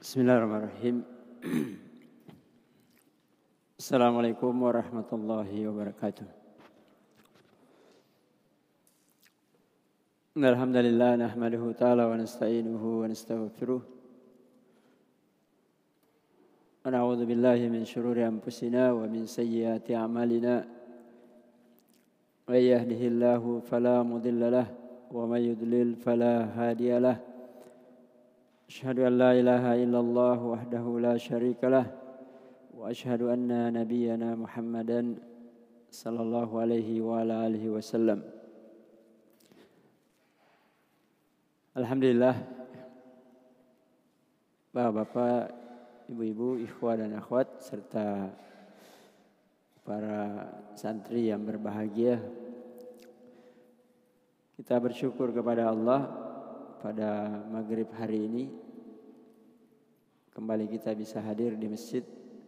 Bismillahirrahmanirrahim. Assalamualaikum warahmatullahi wabarakatuh. Alhamdulillah nahmaduhu ta'ala wa nasta'inuhu wa nastaghfiruh. Wa na'udzu billahi min syururi anfusina wa min sayyiati a'malina. May yahdihillahu fala mudilla lahu wa may yudlil fala hadiya lahu. Asyhadu an la ilaha illallah wahdahu la syarika lah wa asyhadu anna nabiyyana Muhammadan sallallahu alaihi wa ala alihi wasallam. Alhamdulillah, Bapak-bapak, ibu-ibu, ikhwah dan akhwat serta para santri yang berbahagia, kita bersyukur kepada Allah pada maghrib hari ini kembali kita bisa hadir di masjid.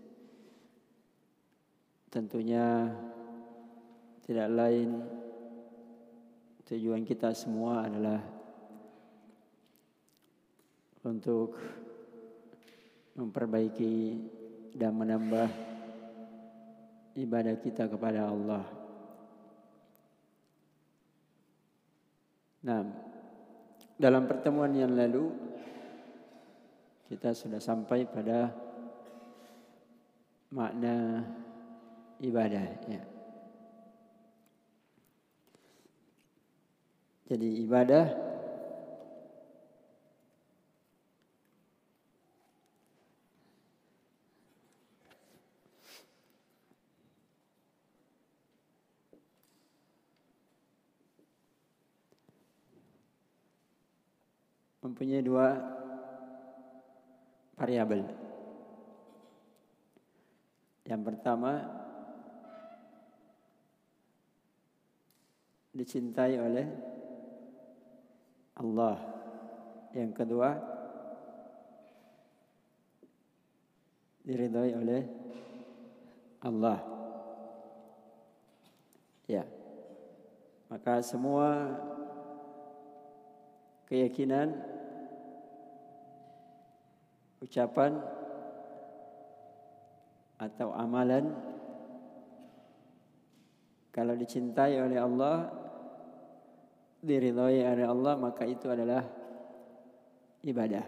Tentunya tidak lain tujuan kita semua adalah untuk memperbaiki dan menambah ibadah kita kepada Allah. Nah, dalam pertemuan yang lalu kita sudah sampai pada makna ibadah, ya. Jadi ibadah mempunyai dua variabel. Yang pertama, dicintai oleh Allah. Yang kedua, diridhai oleh Allah. Ya. Maka semua keyakinan, ucapan atau amalan kalau dicintai oleh Allah, diridhai oleh Allah, maka itu adalah ibadah.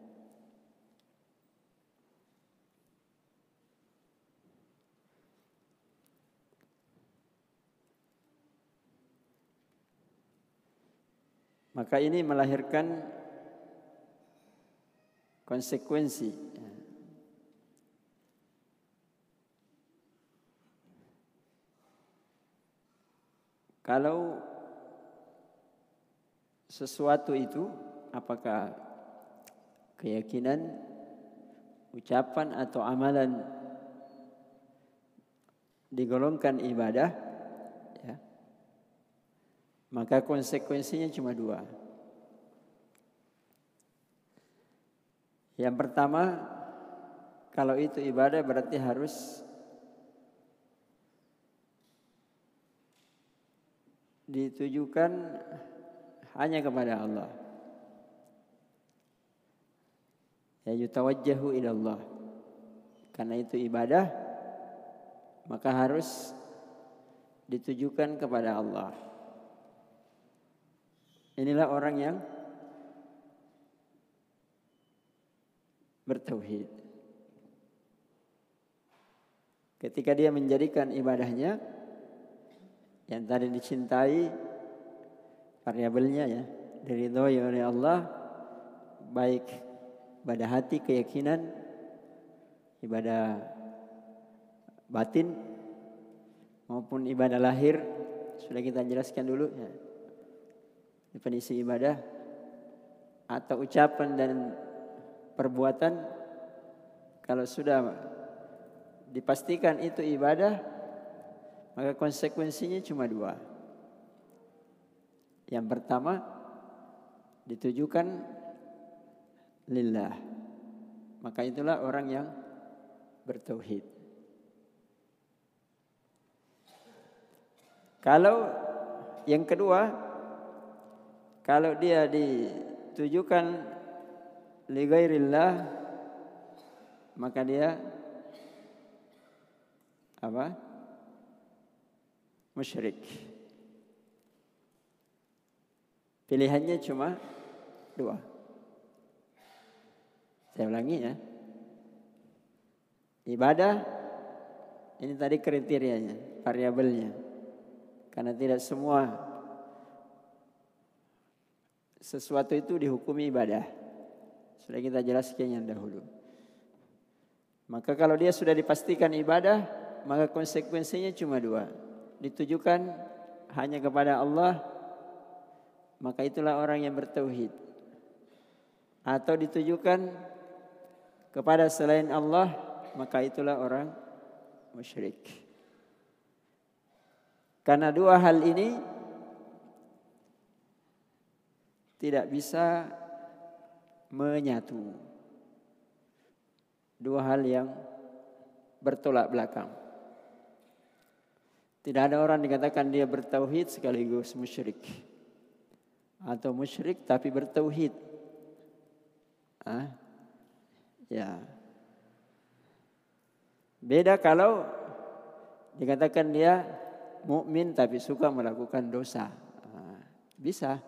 Maka ini melahirkan konsekuensi. Kalau sesuatu itu, apakah keyakinan, ucapan atau amalan, digolongkan ibadah, ya, maka konsekuensinya cuma dua. Yang pertama, kalau itu ibadah berarti harus ditujukan hanya kepada Allah. Ya, yutawajjahu ila Allah. Karena itu ibadah, maka harus ditujukan kepada Allah. Inilah orang yang bertauhid. Ketika dia menjadikan ibadahnya yang tadi dicintai, variabelnya, ya, diridhoi oleh Allah, baik ibadah hati, keyakinan, ibadah batin maupun ibadah lahir, sudah kita jelaskan dulu, ya, definisi ibadah, atau ucapan dan perbuatan. Kalau sudah dipastikan itu ibadah, maka konsekuensinya cuma dua. Yang pertama, ditujukan lillah. Maka itulah orang yang bertauhid. Kalau yang kedua, kalau dia ditujukan li ghairillah, maka dia apa? Musyrik. Pilihannya cuma 2. Saya ulangi ya. Ibadah, ini tadi kriterianya, variabelnya. Karena tidak semua sesuatu itu dihukumi ibadah. Sudah kita jelaskan yang dahulu. Maka kalau dia sudah dipastikan ibadah, maka konsekuensinya cuma 2. Ditujukan hanya kepada Allah, maka itulah orang yang bertauhid. Atau ditujukan kepada selain Allah, maka itulah orang musyrik. Karena 2 hal ini tidak bisa menyatu. 2 hal yang bertolak belakang. Tidak ada orang dikatakan dia bertauhid sekaligus musyrik. Atau musyrik tapi bertauhid. Ya. Beda kalau dikatakan dia mukmin tapi suka melakukan dosa. Bisa.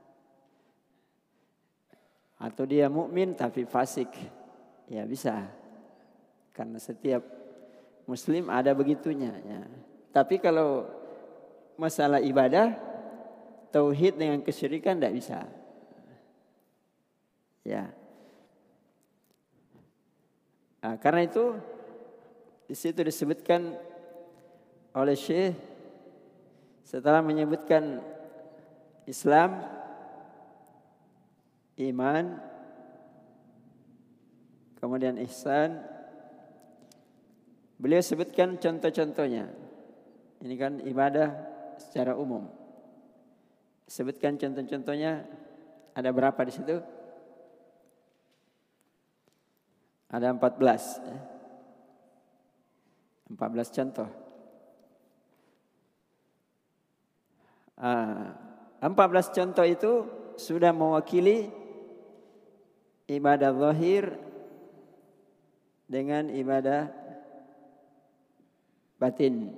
Atau dia mukmin tapi fasik. Ya bisa. Karena setiap muslim ada begitunya ya. Tapi kalau masalah ibadah, tauhid dengan kesyirikan tidak bisa. Ya. Karena itu di situ disebutkan oleh Syekh setelah menyebutkan Islam, iman, kemudian ihsan, beliau sebutkan contoh-contohnya. Ini kan ibadah secara umum. Sebutkan contoh-contohnya, ada berapa di situ? Ada 14 ya. 14 contoh. 14 contoh itu sudah mewakili ibadah zahir dengan ibadah batin.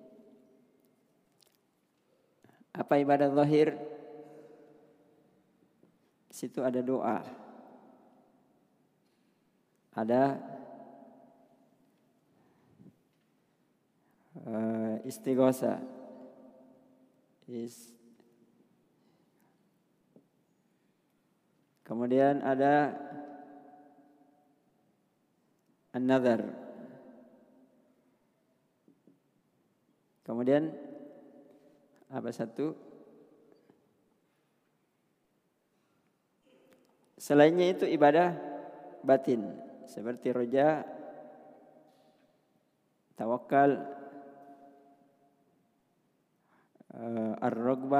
Apa ibadah zahir? Di situ ada doa. Ada istighosa. Kemudian ada an-nadhar. Kemudian apa satu? Selainnya itu ibadah batin. Seperti roja, tawakal, ar-ragbah,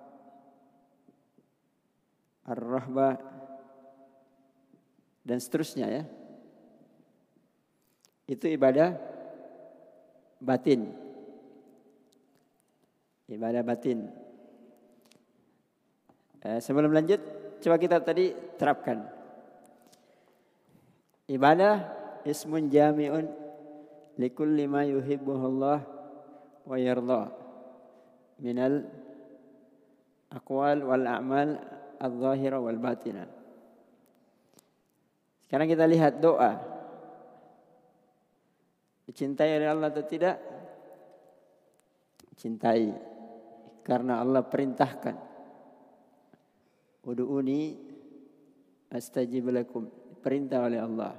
ar-rahbah, dan seterusnya ya. Itu ibadah batin. Ibadah batin. Sebelum lanjut, coba kita tadi terapkan. Ibadah ismun jami'un likulli ma yuhibbuhullah wa yarda minal aqwal wal a'mal adh-dhahira wal batinah. Sekarang kita lihat doa. Dicintai oleh Allah atau tidak? Cintai. Karena Allah perintahkan. Ud'uni astajib lakum. Perintah oleh Allah.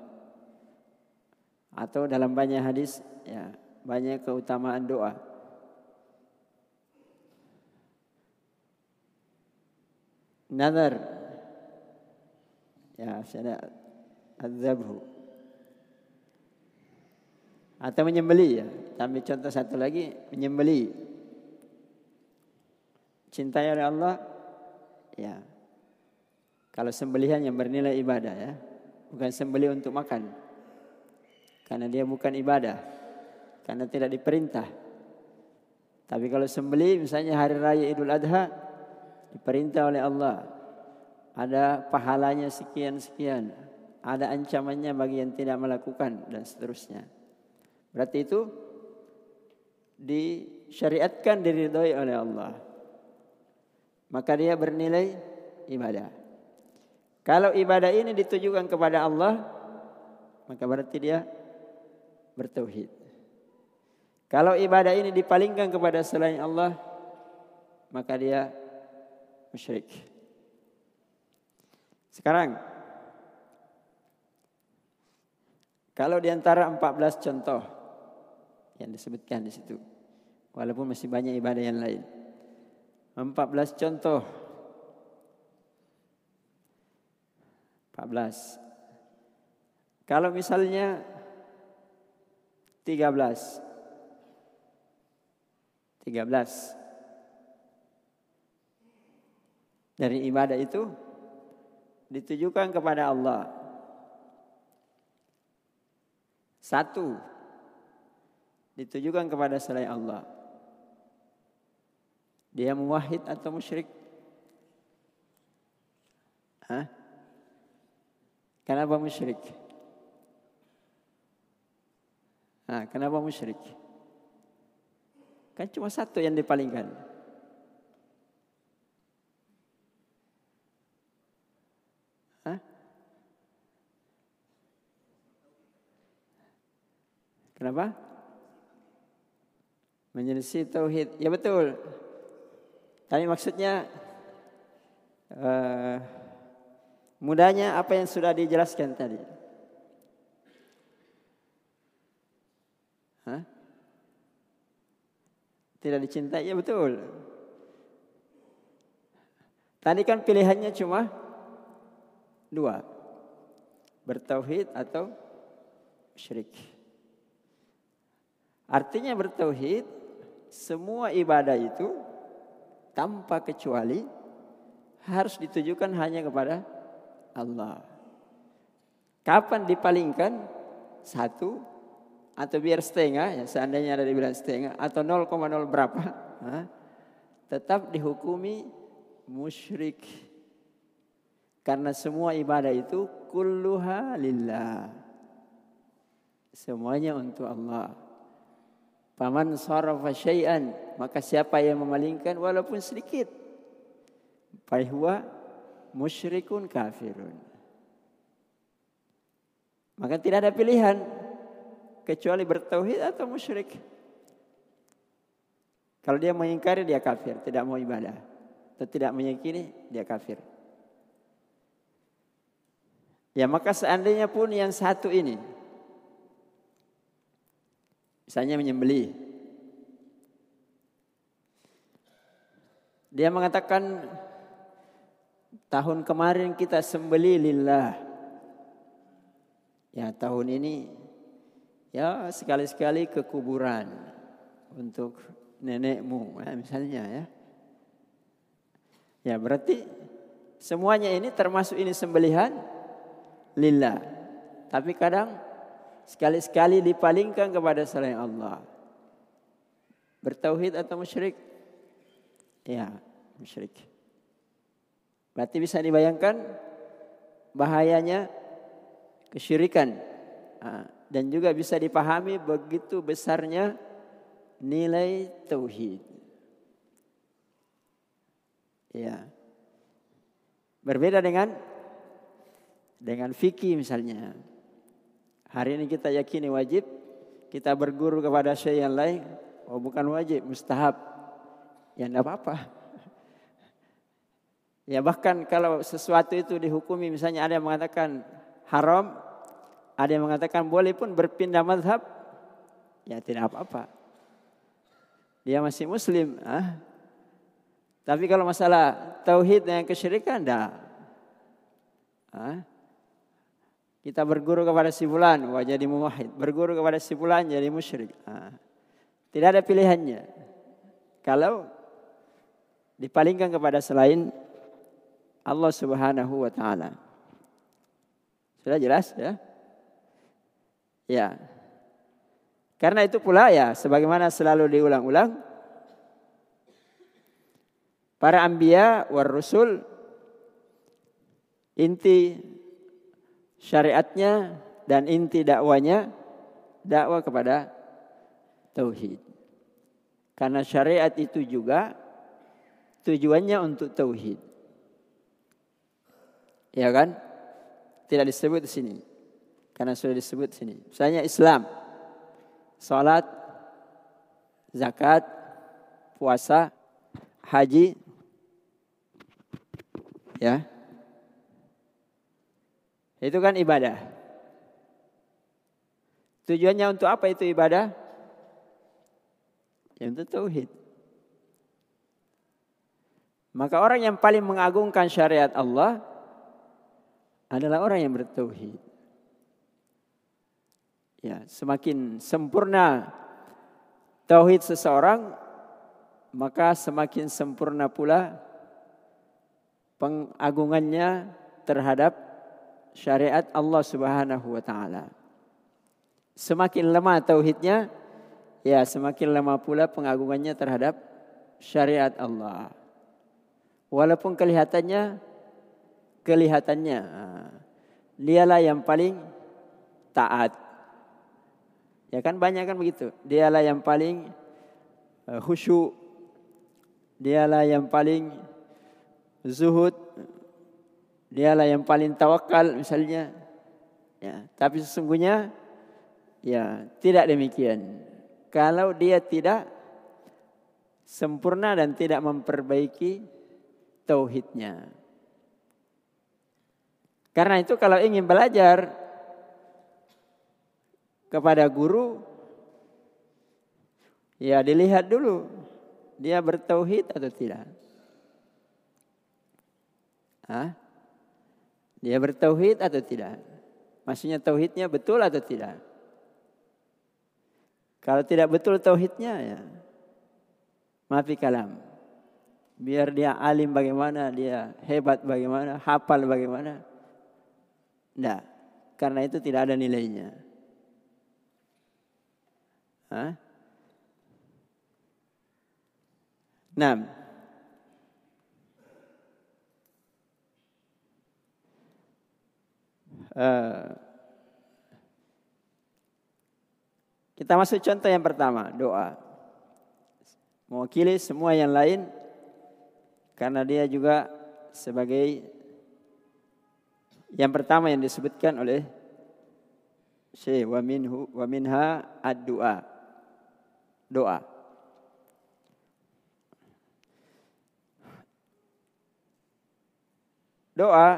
Atau dalam banyak hadis ya, banyak keutamaan doa. Nazar. Ya, ada adzabhu. Atau menyembeli ya. Ambil contoh satu lagi, menyembeli. Cintai oleh Allah ya. Kalau sembelihan yang bernilai ibadah ya. Bukan sembelih untuk makan. Karena dia bukan ibadah. Karena tidak diperintah. Tapi kalau sembelih misalnya hari raya Idul Adha. Diperintah oleh Allah. Ada pahalanya sekian-sekian. ada ancamannya bagi yang tidak melakukan dan seterusnya. Berarti itu disyariatkan, diridhoi oleh Allah. Maka dia bernilai ibadah. Kalau ibadah ini ditujukan kepada Allah, maka berarti dia bertauhid. Kalau ibadah ini dipalingkan kepada selain Allah, maka dia musyrik. Sekarang, kalau di antara 14 contoh yang disebutkan di situ, walaupun masih banyak ibadah yang lain, 14 contoh, 14. Kalau misalnya 13 dari ibadah itu ditujukan kepada Allah. 1 ditujukan kepada selain Allah. Dia muwahhid atau musyrik? Kenapa musyrik? Kenapa musyrik? Kan cuma 1 yang dipalingkan. Kenapa? Menyelisih tauhid. Ya betul. Tapi maksudnya mudahnya apa yang sudah dijelaskan tadi. Tidak dicintai, ya betul. Tadi kan pilihannya cuma 2. Bertauhid atau syirik. Artinya bertauhid, semua ibadah itu tanpa kecuali harus ditujukan hanya kepada Allah. Kapan dipalingkan? 1 atau biar setengah, ya seandainya ada dibilang setengah, atau 0,0 berapa, tetap dihukumi musyrik. Karena semua ibadah itu kulluha lillah. Semuanya untuk Allah. Faman sarafa syai'an, maka siapa yang memalingkan walaupun sedikit, fahuwa musyrikun kafirun. Maka tidak ada pilihan kecuali bertauhid atau musyrik. Kalau dia mengingkari, dia kafir, tidak mau ibadah. Atau tidak meyakini, dia kafir. Ya maka seandainya pun yang 1 ini, misalnya menyembelih, dia mengatakan tahun kemarin kita sembelih lillah. Ya tahun ini ya sekali-sekali ke kuburan untuk nenekmu, misalnya ya. Ya berarti semuanya ini termasuk ini sembelihan lillah. Tapi kadang sekali-sekali dipalingkan kepada selain Allah. Bertauhid atau musyrik? Ya, musyrik. Berarti bisa dibayangkan bahayanya kesyirikan. Dan juga bisa dipahami begitu besarnya nilai tauhid. Ya. Berbeda dengan fikih misalnya. Hari ini kita yakini wajib, kita berguru kepada syekh yang lain, bukan wajib, mustahab. Ya enggak apa-apa. Ya bahkan kalau sesuatu itu dihukumi, misalnya ada yang mengatakan haram, ada yang mengatakan boleh pun berpindah mazhab, ya tidak apa-apa. Dia masih muslim. Tapi kalau masalah tauhid dan kesyirikan, enggak. Kita berguru kepada si fulan, jadi muwahhid. Berguru kepada si fulan, jadi musyrik. Tidak ada pilihannya. Kalau dipalingkan kepada selain Allah Subhanahu wa taala. Sudah jelas ya? Ya. Karena itu pula ya, sebagaimana selalu diulang-ulang, para anbiya war rusul, inti syariatnya dan inti dakwanya dakwah kepada tauhid. Karena syariat itu juga tujuannya untuk tauhid. Ya kan? Tidak disebut di sini. Karena sudah disebut di sini. Misalnya Islam, salat, zakat, puasa, haji, ya. Itu kan ibadah. Tujuannya untuk apa itu ibadah? Ya untuk tauhid. Maka orang yang paling mengagungkan syariat Allah adalah orang yang bertauhid. Ya, semakin sempurna tauhid seseorang, maka semakin sempurna pula pengagungannya terhadap syariat Allah Subhanahu wa taala. Semakin lemah tauhidnya, ya semakin lemah pula pengagungannya terhadap syariat Allah. Walaupun kelihatannya dialah yang paling taat. Ya kan banyak kan begitu. Dialah yang paling khusyuk. Dialah yang paling zuhud. Dialah yang paling tawakal misalnya. Ya, tapi sesungguhnya ya tidak demikian. Kalau dia tidak sempurna dan tidak memperbaiki tauhidnya. Karena itu kalau ingin belajar kepada guru, ya dilihat dulu dia bertauhid atau tidak. Dia bertauhid atau tidak? Maksudnya tauhidnya betul atau tidak? Kalau tidak betul tauhidnya, ya maafi kalam. Biar dia alim bagaimana, dia hebat bagaimana, hafal bagaimana. Tidak, karena itu tidak ada nilainya. Nah, kita masuk contoh yang pertama, doa. Mewakili semua yang lain karena dia juga sebagai yang pertama yang disebutkan oleh Syekh wa minha ad-du'a. Doa. Doa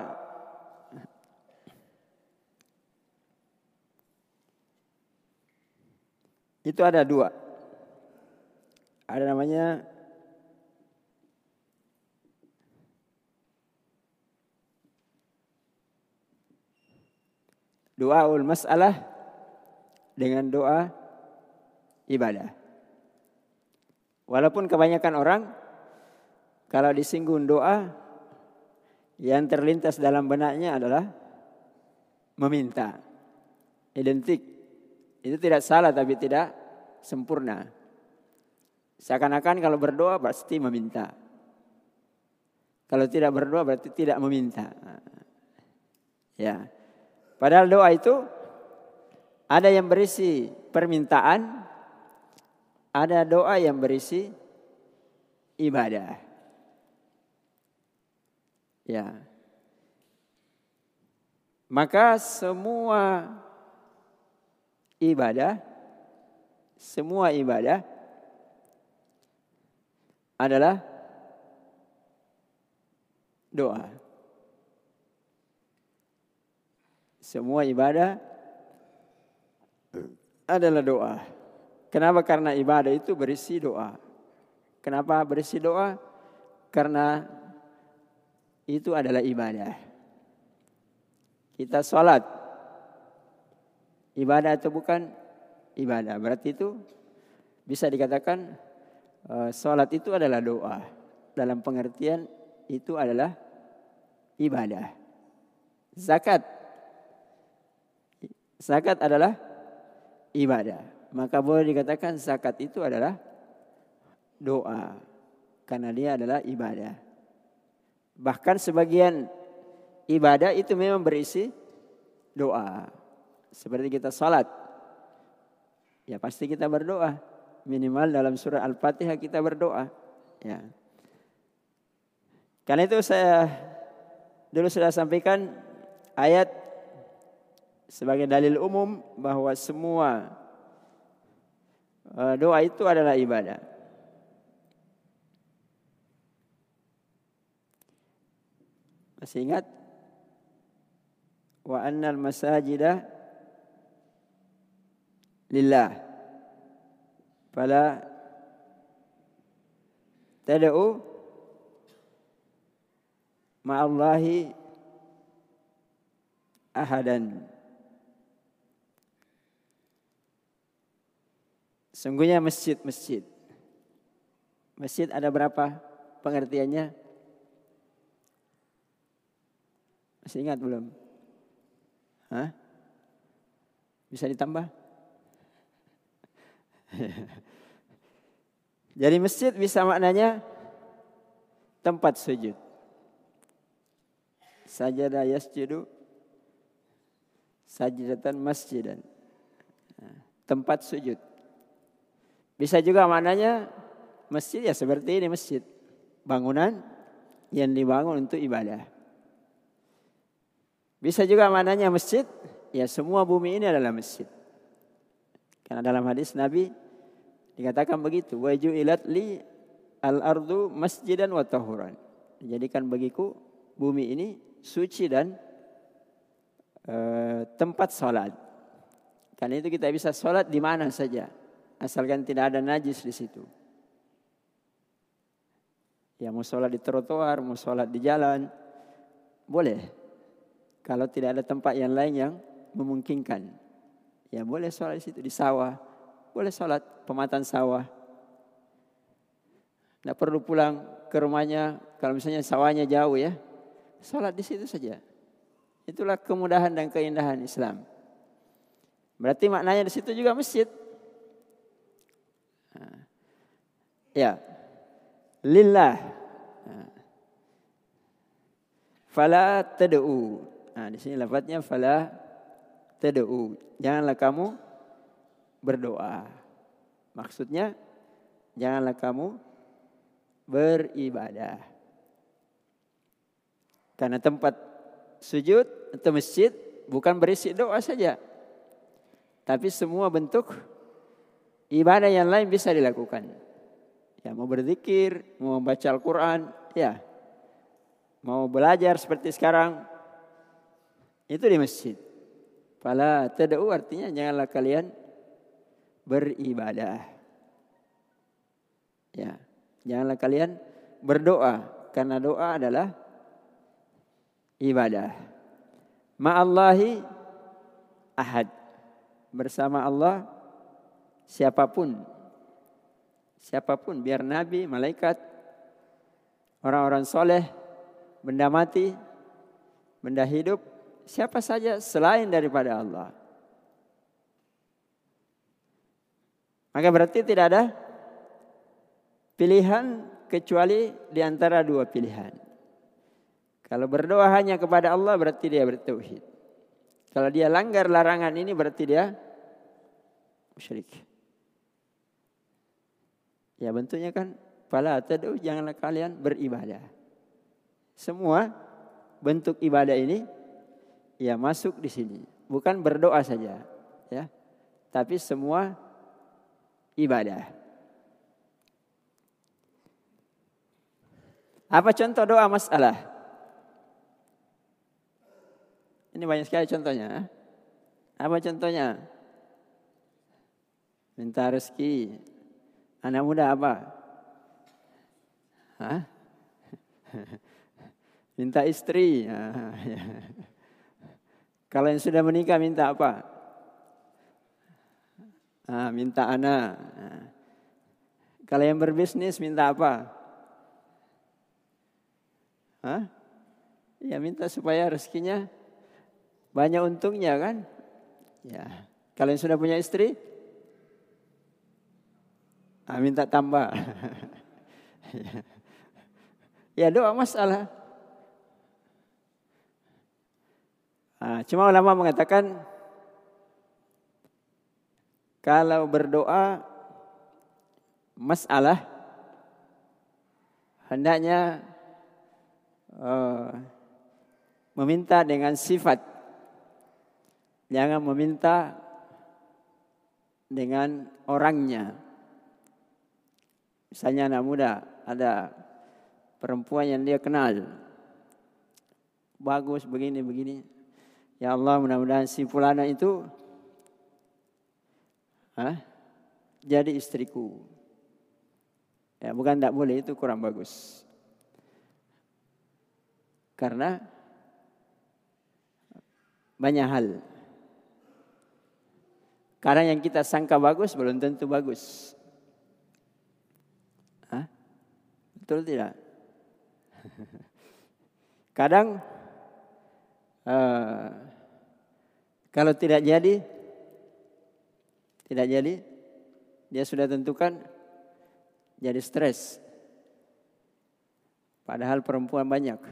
itu ada dua. Ada namanya doaul mas'alah dengan doa ibadah. Walaupun kebanyakan orang kalau disinggung doa yang terlintas dalam benaknya adalah meminta. Identik. Itu tidak salah tapi tidak sempurna. Seakan-akan kalau berdoa pasti meminta. Kalau tidak berdoa berarti tidak meminta. Ya. Padahal doa itu ada yang berisi permintaan, ada doa yang berisi ibadah. Ya. Maka semua ibadah adalah doa. Semua ibadah adalah doa. Kenapa? Karena ibadah itu berisi doa. Kenapa berisi doa? Karena itu adalah ibadah. Kita sholat, ibadah atau bukan? Ibadah. Berarti itu bisa dikatakan sholat itu adalah doa. Dalam pengertian itu adalah ibadah. Zakat adalah ibadah. Maka boleh dikatakan zakat itu adalah doa. Karena dia adalah ibadah. Bahkan sebagian ibadah itu memang berisi doa. Seperti kita salat, ya pasti kita berdoa. Minimal dalam surah Al-Fatihah kita berdoa. Ya. Karena itu saya dulu sudah sampaikan ayat sebagai dalil umum bahwa semua doa itu adalah ibadah. Masih ingat? Wa annal masajida lillah fala tad'u ma'allahi ahadan. Sungguhnya masjid. Masjid ada berapa pengertiannya? Masih ingat belum? Hah? Bisa ditambah? Jadi masjid bisa maknanya tempat sujud. Sajada yasjudu sajdatan masjidan. Tempat sujud. Bisa juga maknanya masjid ya seperti ini masjid. Bangunan yang dibangun untuk ibadah. Bisa juga maknanya masjid, ya semua bumi ini adalah masjid. Karena dalam hadis Nabi dikatakan begitu, wa ju'ilat li al-ardu masjidan wa tahuran. Dijadikan bagiku bumi ini suci dan tempat salat. Karena itu kita bisa salat di mana saja, asalkan tidak ada najis di situ. Ya mau salat di trotoar, mau salat di jalan, boleh. Kalau tidak ada tempat yang lain yang memungkinkan, ya boleh sholat di situ, di sawah, boleh sholat pematang sawah. Tidak perlu pulang ke rumahnya, kalau misalnya sawahnya jauh ya, sholat di situ saja. Itulah kemudahan dan keindahan Islam. Berarti maknanya di situ juga masjid. Ya, lillah. Fala tad'u. Nah, di sini lafadznya fala tad'u. Janganlah kamu berdoa. Maksudnya janganlah kamu beribadah. Karena tempat sujud atau masjid bukan berisi doa saja. Tapi semua bentuk ibadah yang lain bisa dilakukan. Ya, mau berzikir, mau membaca Al-Quran, ya. Mau belajar seperti sekarang, itu di masjid. Fala tad'u artinya janganlah kalian beribadah. Ya, janganlah kalian berdoa karena doa adalah ibadah. Ma'allahi ahad. Bersama Allah siapapun, biar nabi, malaikat, orang-orang soleh, benda mati, benda hidup, siapa saja selain daripada Allah. Maka berarti tidak ada pilihan kecuali di antara dua pilihan. Kalau berdoa hanya kepada Allah berarti dia bertauhid. Kalau dia langgar larangan ini berarti dia musyrik. Ya bentuknya kan fala tad'u, janganlah kalian beribadah. Semua bentuk ibadah ini ya masuk di sini. Bukan berdoa saja, ya. Tapi semua ibadah. Apa contoh doa masalah? Ini banyak sekali contohnya. Apa contohnya? Minta rezeki. Anak muda apa? Hah? Minta istri. Kalau yang sudah menikah minta apa? Minta anak. Kalau yang berbisnis minta apa? Ya minta supaya rezekinya banyak untungnya kan? Ya. Kalau yang sudah punya istri, minta tambah. Ya doa masalah. Cuma ulama mengatakan kalau berdoa masalah hendaknya meminta dengan sifat, jangan meminta dengan orangnya. Misalnya anak muda, ada perempuan yang dia kenal, bagus begini. Ya Allah, mudah-mudahan si fulana itu jadi istriku. Ya, bukan tidak boleh, itu kurang bagus. Karena banyak hal. Karena yang kita sangka bagus belum tentu bagus. Betul tidak? Kadang kalau tidak jadi, dia sudah tentukan jadi stres. Padahal perempuan banyak.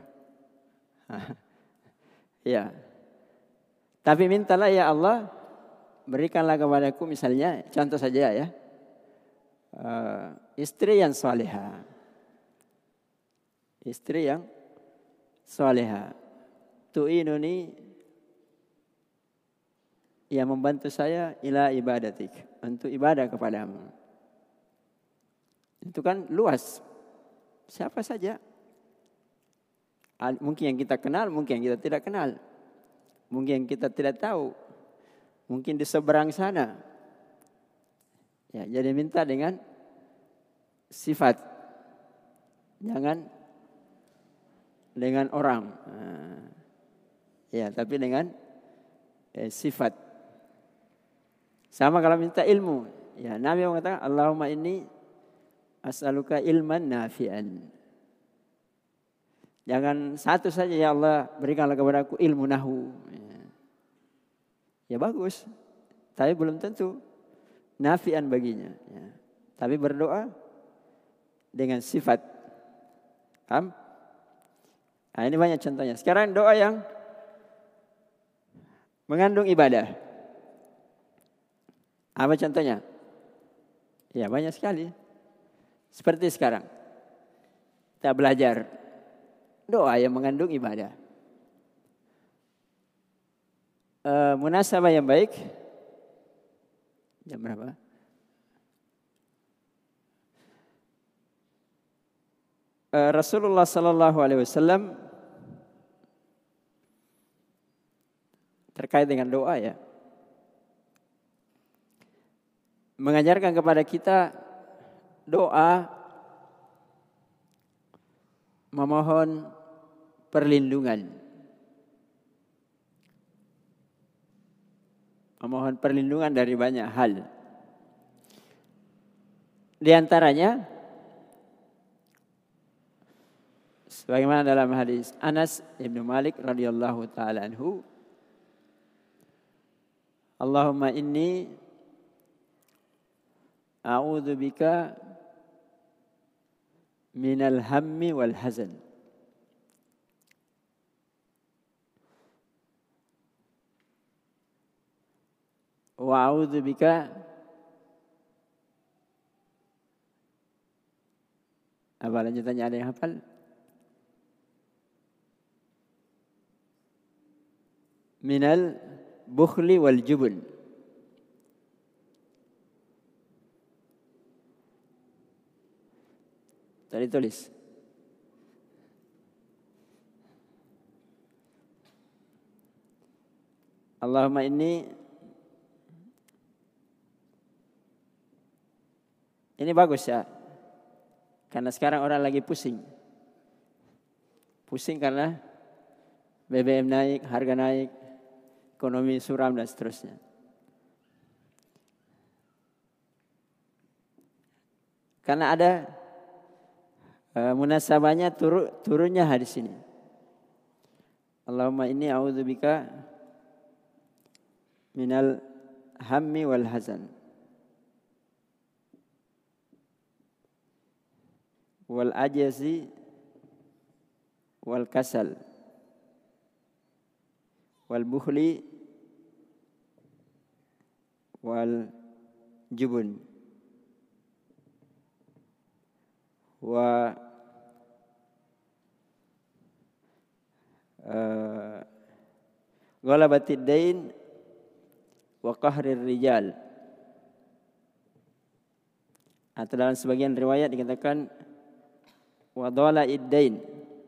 Ya. Tapi mintalah ya Allah, berikanlah kepadaku misalnya, contoh saja ya, istri yang salihah. Istri yang salihah. Tu'inuni, yang membantu saya ila ibadatik, untuk ibadah kepadamu. Itu kan luas. Siapa saja. Mungkin yang kita kenal, mungkin yang kita tidak kenal. Mungkin yang kita tidak tahu. Mungkin di seberang sana. Ya, jadi minta dengan sifat. Jangan dengan orang. Ya, tapi dengan sifat. Sama kalau minta ilmu. Ya, Nabi mengatakan, Allahumma inni as'aluka ilman nafi'an. Jangan satu saja, ya Allah berikanlah kepada aku ilmu nahwu. Ya bagus, tapi belum tentu nafi'an baginya. Ya. Tapi berdoa dengan sifat. Paham? Nah, ini banyak contohnya. Sekarang doa yang mengandung ibadah. Apa contohnya? Ya banyak sekali. Seperti sekarang kita belajar doa yang mengandung ibadah. Munasabah yang baik. Jam berapa? Rasulullah sallallahu alaihi wasallam terkait dengan doa ya, mengajarkan kepada kita doa memohon perlindungan. Memohon perlindungan dari banyak hal. Di antaranya sebagaimana dalam hadis Anas bin Malik radhiyallahu taala anhu, Allahumma inni a'udzu bika minal hammi wal hazan. Wa a'udzu bika apa lanjutannya, ada yang hafal? Minal bukhli wal jubun. Tadi tulis. Allahumma ini bagus ya. Karena sekarang orang lagi pusing. Pusing karena BBM naik, harga naik, ekonomi suram dan seterusnya. Karena ada munasabahnya turunnya hadis ini. Allahumma inni a'udzubika minal hammi wal hazan wal ajzi wal kasal wal bukhli wal jubun wa ghalabatid dain wa qahrir rijal. Atau dalam sebagian riwayat dikatakan wa dhala'id dain.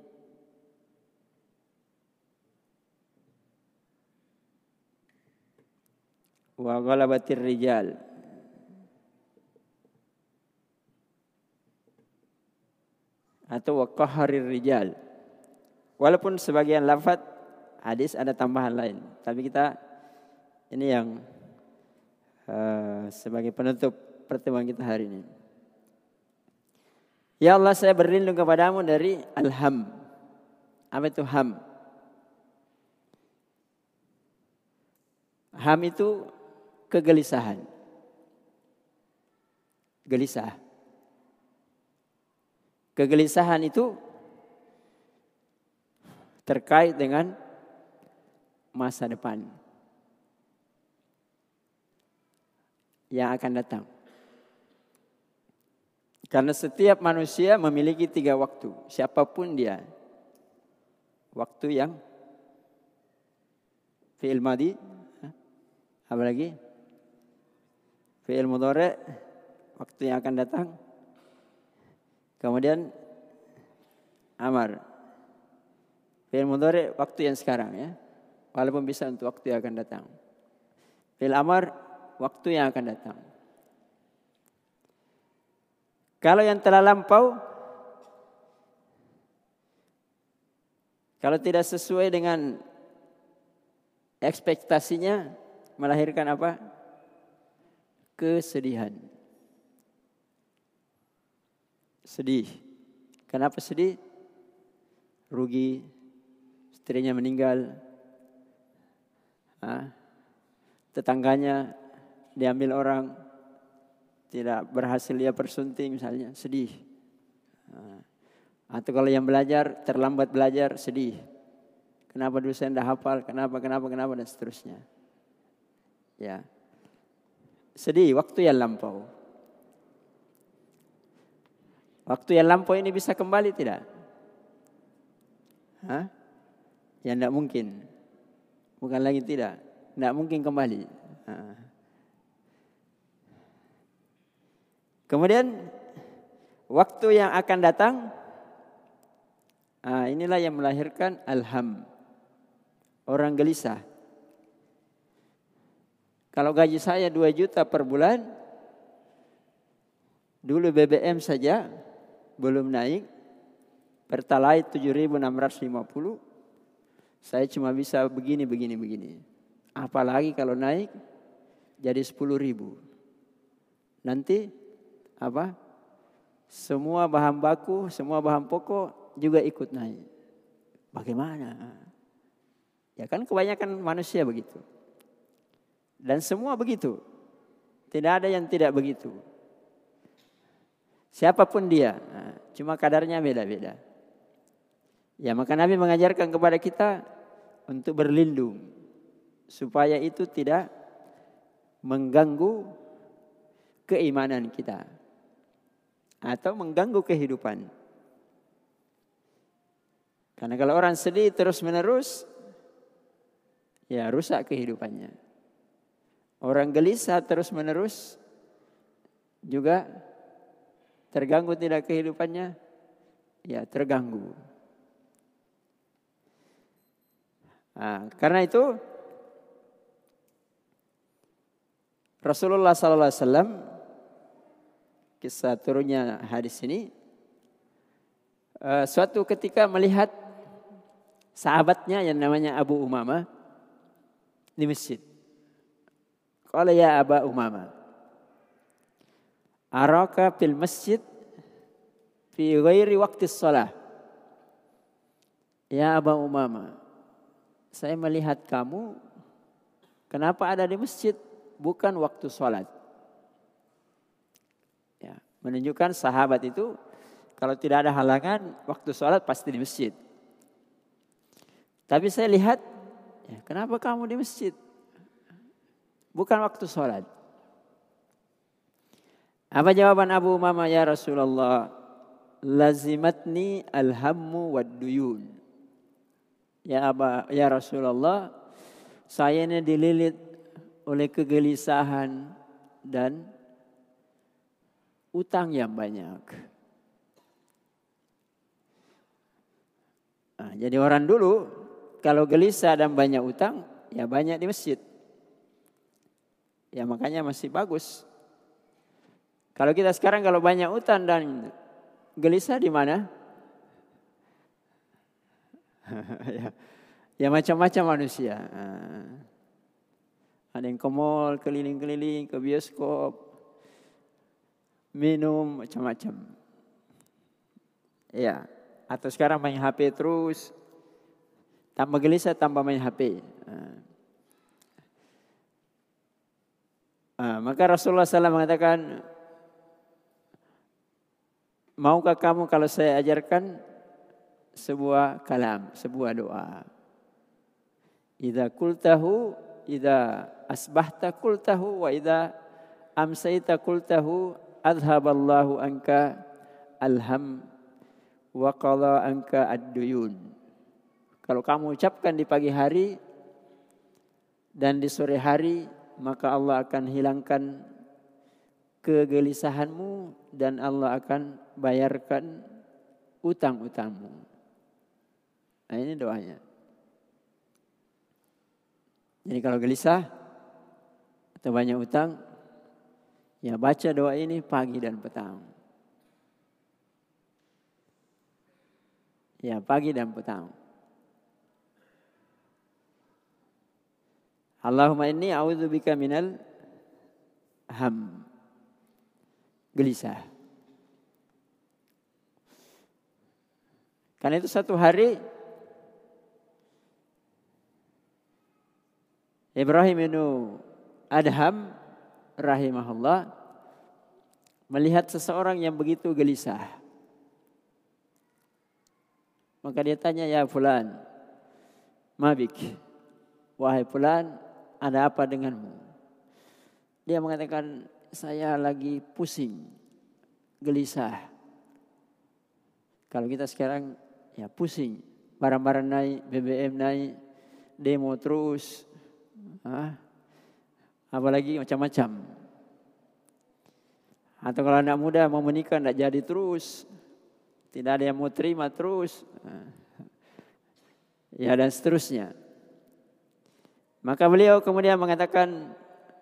Wa ghalabatir rijal. Atau wa qahrir rijal. Walaupun sebagian lafaz hadis ada tambahan lain, tapi kita ini yang sebagai penutup pertemuan kita hari ini. Ya Allah, saya berlindung kepadamu dari al-ham. Apa itu ham? Ham itu kegelisahan. Gelisah. Kegelisahan itu terkait dengan masa depan yang akan datang. Karena setiap manusia memiliki 3 waktu, siapapun dia. Waktu yang fi'il madhi, apa lagi? Fi'il mudhari', waktu yang akan datang. Kemudian amar. Fi'il mudhari' waktu yang sekarang ya. Walaupun bisa untuk waktu yang akan datang. Fi'il amar waktu yang akan datang. Kalau yang telah lampau, kalau tidak sesuai dengan ekspektasinya, melahirkan apa? Kesedihan. Sedih. Kenapa sedih? Rugi, istrinya meninggal, tetangganya diambil orang, tidak berhasil dia persunting misalnya, sedih. Atau kalau yang belajar terlambat belajar, sedih. Kenapa dulu saya tidak hafal, kenapa dan seterusnya. Ya, sedih waktu yang lampau. Waktu yang lampau ini bisa kembali tidak? Ya tidak mungkin. Bukan lagi tidak mungkin kembali. Kemudian waktu yang akan datang, inilah yang melahirkan alham. Orang gelisah. Kalau gaji saya 2 juta per bulan, dulu BBM saja belum naik, Pertalite 7.650, saya cuma bisa begini. Apalagi kalau naik jadi 10.000. Nanti apa? Semua bahan baku, semua bahan pokok juga ikut naik. Bagaimana? Ya kan kebanyakan manusia begitu. Dan semua begitu. Tidak ada yang tidak begitu. Siapapun dia, cuma kadarnya beda-beda. Ya maka Nabi mengajarkan kepada kita untuk berlindung supaya itu tidak mengganggu keimanan kita atau mengganggu kehidupan. Karena kalau orang sedih terus-menerus, ya rusak kehidupannya. Orang gelisah terus-menerus juga terganggu tidak kehidupannya, ya terganggu. Karena itu Rasulullah SAW, kisah turunnya hadis ini, suatu ketika melihat sahabatnya yang namanya Abu Umamah di masjid. Qala ya Aba Umamah, araka fil masjid fi ghairi waqtis shalah. Ya Aba Umamah, saya melihat kamu kenapa ada di masjid bukan waktu sholat. Ya, menunjukkan sahabat itu kalau tidak ada halangan waktu sholat pasti di masjid. Tapi saya lihat Ya, kenapa kamu di masjid? Bukan waktu sholat. Apa jawaban Abu Umamah? Ya Rasulullah, lazimatni alhammu wad duyun. Ya Rasulullah, saya ini dililit oleh kegelisahan dan utang yang banyak. Nah, jadi orang dulu kalau gelisah dan banyak utang, ya banyak di masjid. Ya makanya masih bagus. Kalau kita sekarang kalau banyak utang dan gelisah di mana? ya macam-macam manusia. Ada yang ke mall, keliling-keliling, ke bioskop, minum macam-macam. Ya, atau sekarang main HP terus. Tambah gelisah, tambah main HP. Maka Rasulullah SAW mengatakan, maukah kamu kalau saya ajarkan sebuah kalam, sebuah doa? Idza qultahu, idza asbahta qultahu, wa idza amsayta qultahu, adhaballahu anka alham wa qala anka ad-duyun. Kalau kamu ucapkan di pagi hari dan di sore hari, maka Allah akan hilangkan kegelisahanmu dan Allah akan bayarkan utang-utangmu. Nah, ini doanya. Jadi kalau gelisah atau banyak utang, ya baca doa ini pagi dan petang. Ya, pagi dan petang. Allahumma inni a'udzubika minal ham. Gelisah. Karena itu satu hari Ibrahim bin Adham rahimahullah melihat seseorang yang begitu gelisah. Maka dia tanya, ya fulan, mabik, wahai fulan, ada apa denganmu? Dia mengatakan, saya lagi pusing, gelisah. Kalau kita sekarang ya pusing, barang-barang naik, BBM naik, demo terus, apalagi macam-macam. Atau kalau anak muda mau menikah tidak jadi terus, tidak ada yang mau terima terus, ya dan seterusnya. Maka beliau kemudian mengatakan,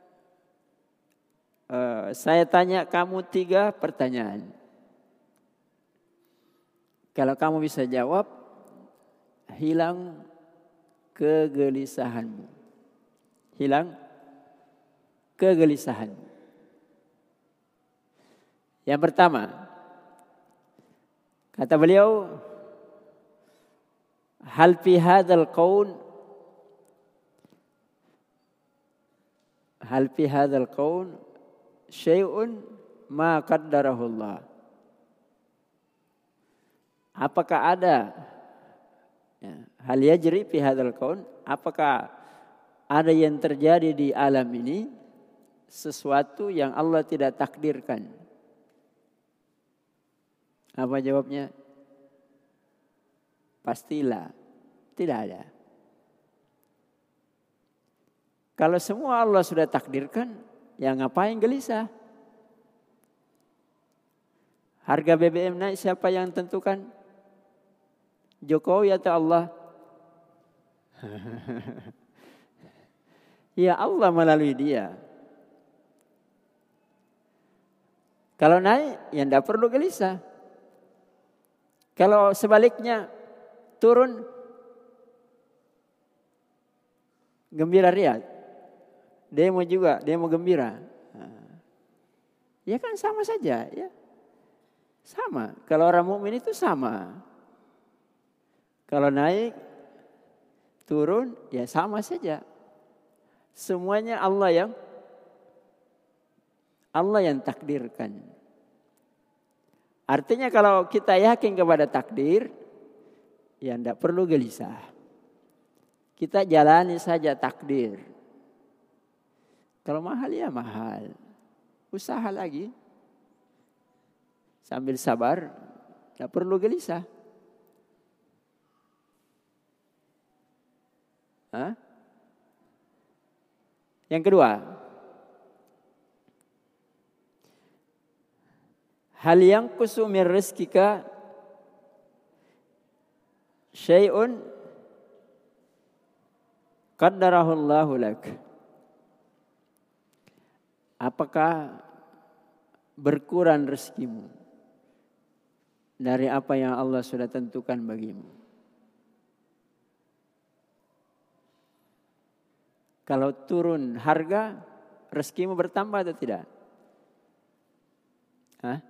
saya tanya kamu 3 pertanyaan. Kalau kamu bisa jawab, hilang kegelisahanmu. Hilang kegelisahanmu. Yang pertama, kata beliau, hal fi hadzal qaul syai'un ma qaddarahu Allah. Apakah ada hal yajri fi hadzal qaul, apakah ada yang terjadi di alam ini sesuatu yang Allah tidak takdirkan? Apa jawabnya? Pastilah tidak ada. Kalau semua Allah sudah takdirkan, ya ngapain gelisah? Harga BBM naik, siapa yang tentukan? Jokowi atau Allah? Ya Allah melalui dia. Kalau naik, ya tidak perlu gelisah. Kalau sebaliknya turun, gembira riat. Demo juga, demo gembira. Ya kan sama saja, ya. Sama. Kalau orang mukmin itu sama. Kalau naik, turun, ya sama saja. Semuanya Allah yang takdirkan. Artinya kalau kita yakin kepada takdir, ya tidak perlu gelisah. Kita jalani saja takdir. Kalau mahal ya mahal. Usaha lagi. Sambil sabar. Tidak perlu gelisah. Hah? Yang kedua. Hal yanqusu min rizqika syai'un qaddarahu Allahu lak. Apakah berkurang rezekimu dari apa yang Allah sudah tentukan bagimu? Kalau turun harga, rezekimu bertambah atau tidak? Hah?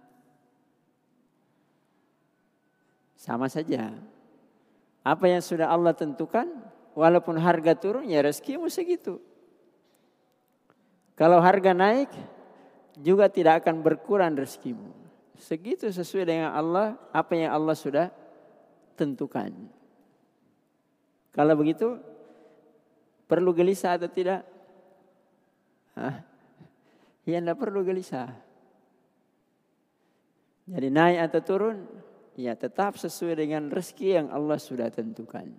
Sama saja. Apa yang sudah Allah tentukan, walaupun harga turun, ya rezekimu segitu. Kalau harga naik, juga tidak akan berkurang rezekimu. Segitu sesuai dengan Allah, apa yang Allah sudah tentukan. Kalau begitu, perlu gelisah atau tidak? Hah? Ya tidak perlu gelisah. Jadi naik atau turun, ya tetap sesuai dengan rezeki yang Allah sudah tentukan.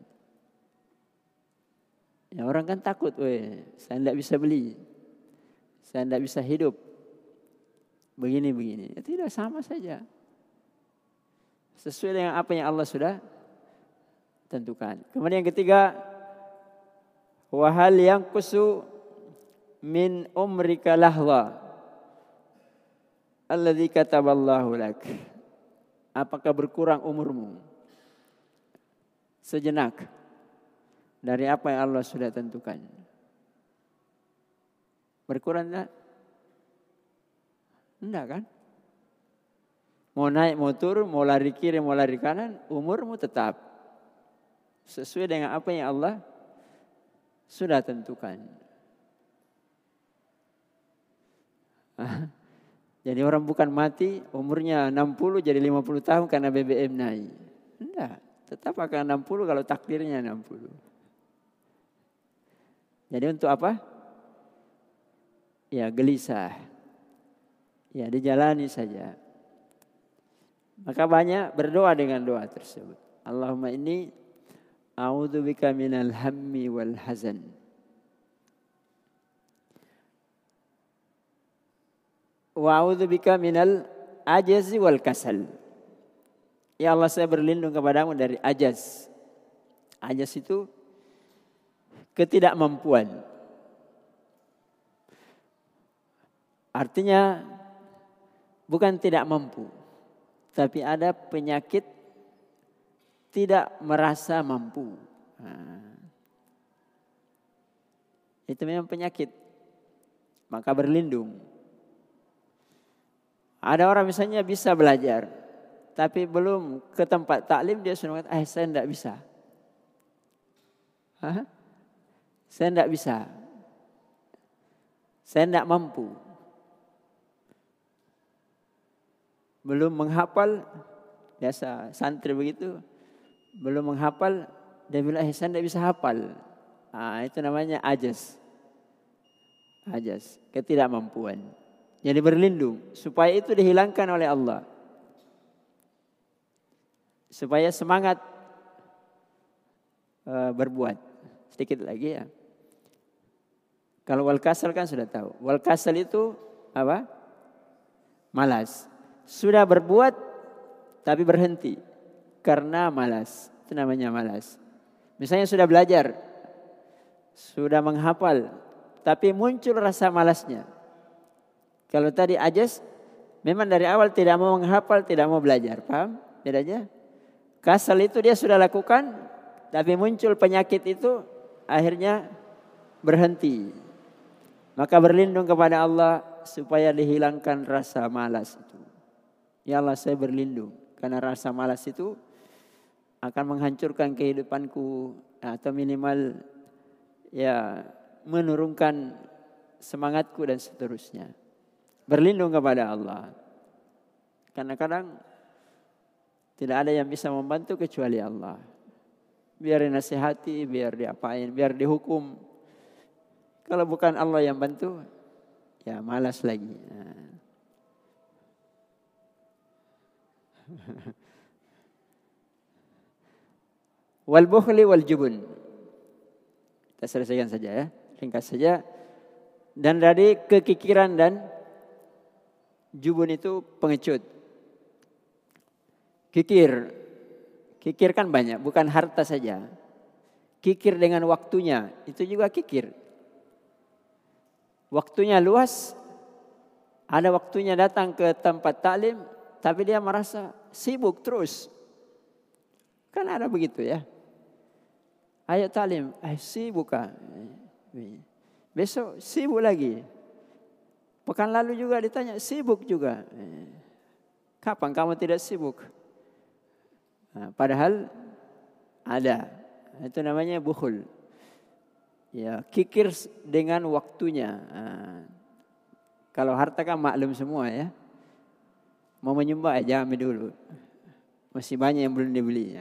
Ya orang kan takut, saya tidak bisa beli. Saya tidak bisa hidup. Begini-begini. Ya, tidak, sama saja. Sesuai dengan apa yang Allah sudah tentukan. Kemudian yang ketiga. Wahal yanqusu min umrika lahwa. Alladzi kataballahu lak. Apakah berkurang umurmu? Sejenak. Dari apa yang Allah sudah tentukan. Berkurang enggak? Enggak kan? Mau naik, mau turun, mau lari kiri, mau lari kanan, umurmu tetap. Sesuai dengan apa yang Allah sudah tentukan. Jadi orang bukan mati, umurnya 60 jadi 50 tahun karena BBM naik. Enggak, tetap akan 60 kalau takdirnya 60. Jadi untuk apa? Ya gelisah. Ya dijalani saja. Maka banyak berdoa dengan doa tersebut. Allahumma inni a'udzubika minal hammi wal hazan. Wa a'udzubika minal ajzi wal kasal. Ya Allah, saya berlindung kepadamu dari ajaz. Ajaz itu ketidakmampuan. Artinya bukan tidak mampu, tapi ada penyakit tidak merasa mampu. Itu memang penyakit. Maka berlindung. Ada orang misalnya bisa belajar, tapi belum ke tempat taklim dia sudah mengatakan, saya tidak bisa. Saya tidak bisa. Saya tidak mampu. Belum menghafal, biasa santri begitu, belum menghafal, dia bilang saya tidak bisa hafal. Itu namanya ajaz. Ajaz, ketidakmampuan. Jadi berlindung supaya itu dihilangkan oleh Allah. Supaya semangat berbuat. Sedikit lagi ya. Kalau wal kasal kan sudah tahu. Wal kasal itu apa? Malas. Sudah berbuat tapi berhenti karena malas. Itu namanya malas. Misalnya sudah belajar, sudah menghafal, tapi muncul rasa malasnya. Kalau tadi ajaz, memang dari awal tidak mau menghafal, tidak mau belajar. Paham bedanya? Kasal itu dia sudah lakukan, tapi muncul penyakit itu, akhirnya berhenti. Maka berlindung kepada Allah supaya dihilangkan rasa malas itu. Ya Allah, saya berlindung karena rasa malas itu akan menghancurkan kehidupanku atau minimal ya menurunkan semangatku dan seterusnya. Berlindung kepada Allah. Karena kadang tidak ada yang bisa membantu kecuali Allah. biar dinasihati, biar diapain, biar dihukum. Kalau bukan Allah yang bantu, ya malas lagi. Wal bukhli wal jubun. Kita selesaikan saja ya, ringkas saja. Dan dari kekikiran dan jubun itu pengecut. Kikir kan banyak, bukan harta saja. Kikir dengan waktunya, itu juga kikir. Waktunya luas, ada waktunya datang ke tempat taklim, tapi dia merasa sibuk terus. Kan ada begitu ya. Ayo taklim, sibuk kan. Besok sibuk lagi. Pekan lalu juga ditanya, sibuk juga. Kapan kamu tidak sibuk? Nah, padahal ada. Itu namanya bukhul. Ya, kikir dengan waktunya. Kalau harta kan maklum semua ya. Mau menyembah jangan dulu. Masih banyak yang belum dibeli.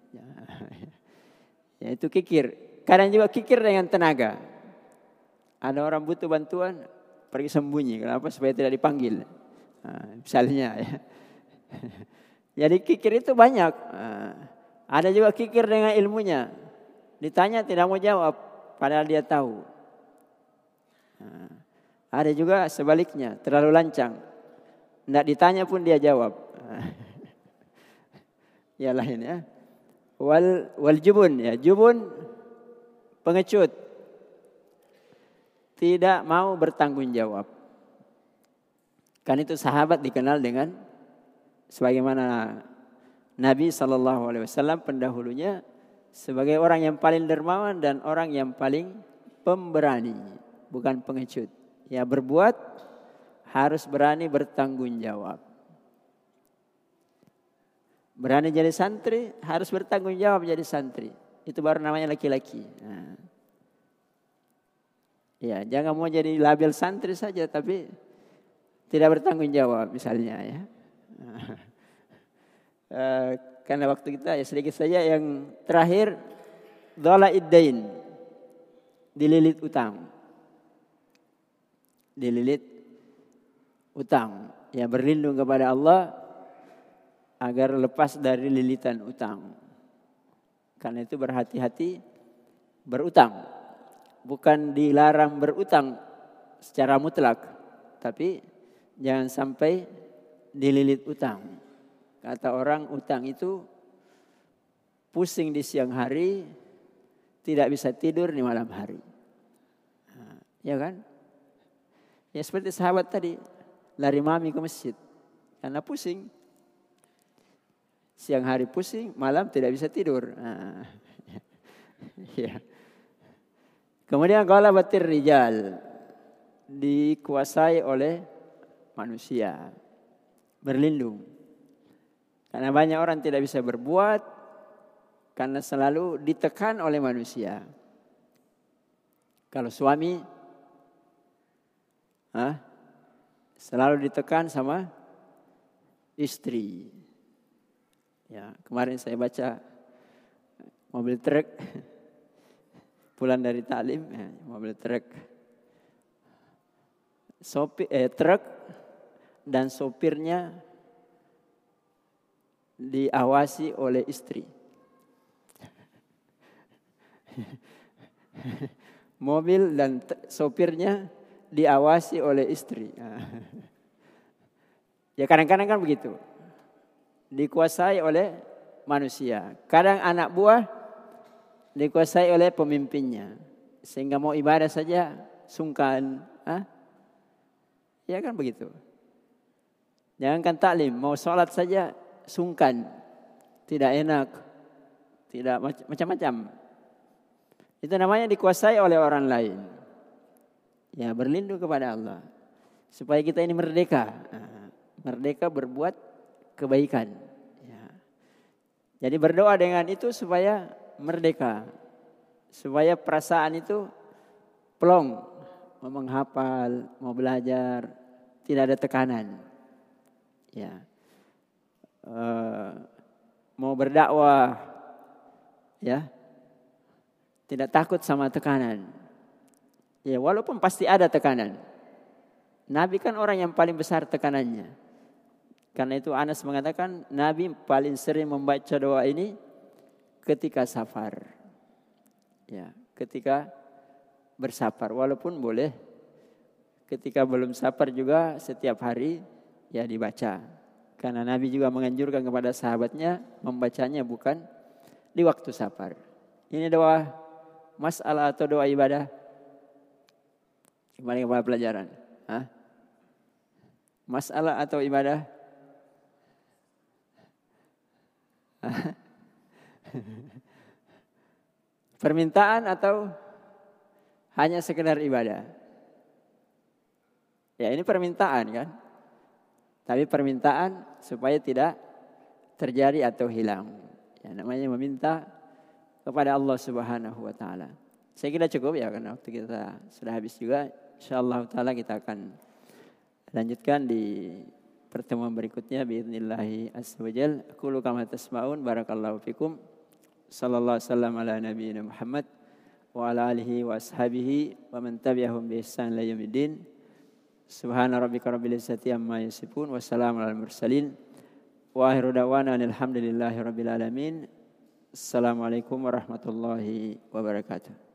Ya, itu kikir. Kadang juga kikir dengan tenaga. Ada orang butuh bantuan, pergi sembunyi. Kenapa? Supaya tidak dipanggil. Misalnya ya. Jadi kikir itu banyak. Ada juga kikir dengan ilmunya. Ditanya tidak mau jawab, padahal dia tahu. Ada juga sebaliknya, terlalu lancang. Tidak ditanya pun dia jawab. Ya lain ya. Wal jubun ya, jubun pengecut. Tidak mau bertanggung jawab. Kan itu sahabat dikenal dengan sebagaimana Nabi SAW pendahulunya sebagai orang yang paling dermawan dan orang yang paling pemberani, bukan pengecut. Ya berbuat harus berani bertanggung jawab. Berani jadi santri harus bertanggung jawab jadi santri. Itu baru namanya laki-laki. Ya jangan mau jadi label santri saja tapi tidak bertanggung jawab misalnya ya. Karena waktu kita ya sedikit saja. Yang terakhir dhala'id-dain, dililit utang. Dililit utang. Ya berlindung kepada Allah agar lepas dari lilitan utang. Karena itu berhati-hati berutang. Bukan dilarang berutang secara mutlak, tapi jangan sampai dililit utang. Kata orang utang itu pusing di siang hari, tidak bisa tidur di malam hari. Ya kan? Ya seperti sahabat tadi, lari mami ke masjid karena pusing. Siang hari pusing, malam tidak bisa tidur. Ya. Kemudian ghalabatir rijal, dikuasai oleh manusia, berlindung. Karena banyak orang tidak bisa berbuat karena selalu ditekan oleh manusia. Kalau suami selalu ditekan sama istri. Ya, kemarin saya baca mobil truk pulang dari taklim, mobil truk. Truk dan sopirnya diawasi oleh istri. Mobil dan sopirnya diawasi oleh istri. Ya kadang-kadang kan begitu. Dikuasai oleh manusia. Kadang anak buah dikuasai oleh pemimpinnya. Sehingga mau ibadah saja sungkan. Ya kan begitu. Jangankan taklim, mau sholat saja sungkan. Tidak enak. Tidak macam-macam. Itu namanya dikuasai oleh orang lain. Ya berlindung kepada Allah. Supaya kita ini merdeka. Merdeka berbuat kebaikan. Ya. Jadi berdoa dengan itu supaya merdeka. Supaya perasaan itu plong. Mau menghafal, mau belajar. Tidak ada tekanan. Ya. Mau berdakwah. Ya. Tidak takut sama tekanan. Ya, walaupun pasti ada tekanan. Nabi kan orang yang paling besar tekanannya. Karena itu Anas mengatakan Nabi paling sering membaca doa ini ketika safar. Ya, ketika bersafar, walaupun boleh ketika belum safar juga setiap hari ya dibaca. Karena Nabi juga menganjurkan kepada sahabatnya membacanya bukan di waktu safar. Ini doa masalah atau doa ibadah? Gimana kepala pelajaran? Hah? Masalah atau ibadah? Permintaan atau hanya sekedar ibadah? Ya ini permintaan kan. Tapi permintaan supaya tidak terjadi atau hilang. Ya namanya meminta kepada Allah Subhanahu wa taala. Saya kira cukup ya karena waktu kita sudah habis juga. Insyaallah taala kita akan lanjutkan di pertemuan berikutnya biidznillah azza wajal. Aqulu kama tasmaun barakallahu fikum. Sallallahu alaihi wasallam ala nabiyina Muhammad wa ala alihi wa ashabihi wa man tabi'ahum bi ihsan ila yaumiddin. Subhana rabbika rabbil izzati amma yasifun wa salamun alal mursalin wa akhiru da'wana alhamdulillahi rabbil alamin. Assalamualaikum warahmatullahi wabarakatuh.